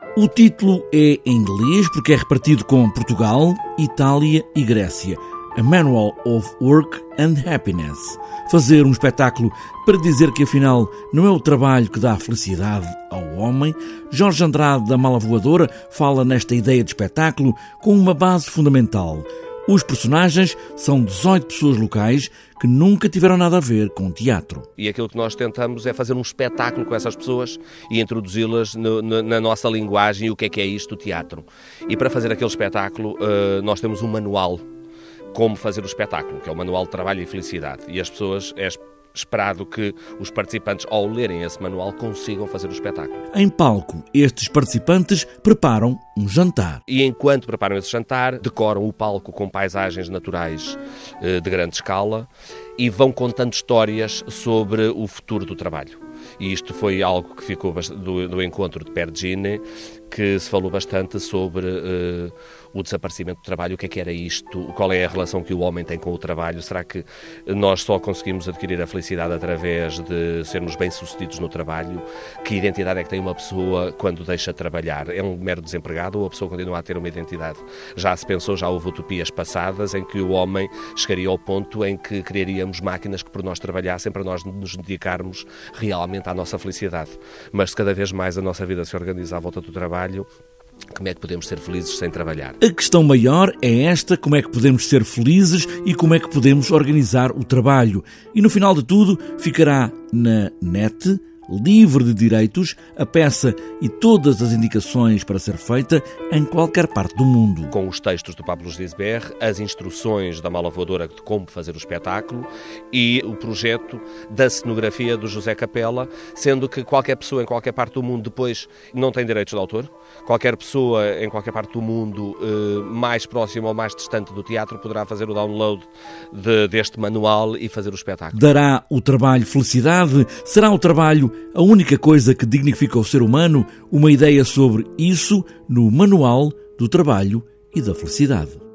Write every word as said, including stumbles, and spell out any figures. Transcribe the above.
O título é em inglês porque é repartido com Portugal, Itália e Grécia. A Manual of Work and Happiness. Fazer um espetáculo para dizer que afinal não é o trabalho que dá felicidade ao homem. Jorge Andrade, da Mala Voadora, fala nesta ideia de espetáculo com uma base fundamental. Os personagens são dezoito pessoas locais que nunca tiveram nada a ver com teatro. E aquilo que nós tentamos é fazer um espetáculo com essas pessoas e introduzi-las no, no, na nossa linguagem e o que é que é isto, o teatro. E para fazer aquele espetáculo uh, nós temos um manual como fazer o espetáculo, que é o Manual de Trabalho e Felicidade. E as pessoas, é esperado que os participantes, ao lerem esse manual, consigam fazer o espetáculo. Em palco, estes participantes preparam um jantar. E enquanto preparam esse jantar, decoram o palco com paisagens naturais de grande escala e vão contando histórias sobre o futuro do trabalho. E isto foi algo que ficou do, do encontro de Pergine, que se falou bastante sobre uh, o desaparecimento do trabalho, o que é que era isto, qual é a relação que o homem tem com o trabalho, será que nós só conseguimos adquirir a felicidade através de sermos bem-sucedidos no trabalho, que identidade é que tem uma pessoa quando deixa de trabalhar, é um mero desempregado ou a pessoa continua a ter uma identidade? Já se pensou, já houve utopias passadas em que o homem chegaria ao ponto em que criaríamos máquinas que por nós trabalhassem para nós nos dedicarmos realmente à nossa felicidade, mas se cada vez mais a nossa vida se organiza à volta do trabalho, como é que podemos ser felizes sem trabalhar? A questão maior é esta: como é que podemos ser felizes e como é que podemos organizar o trabalho? E no final de tudo ficará na net, livre de direitos, a peça e todas as indicações para ser feita em qualquer parte do mundo. Com os textos do Pablo Gisbert, as instruções da Mala Voadora de como fazer o espetáculo e o projeto da cenografia do José Capella, sendo que qualquer pessoa em qualquer parte do mundo depois não tem direitos de autor. Qualquer pessoa em qualquer parte do mundo mais próxima ou mais distante do teatro poderá fazer o download de, deste manual e fazer o espetáculo. Dará o trabalho felicidade? Será o trabalho a única coisa que dignifica o ser humano? Uma ideia sobre isso no Manual do Trabalho e da Felicidade.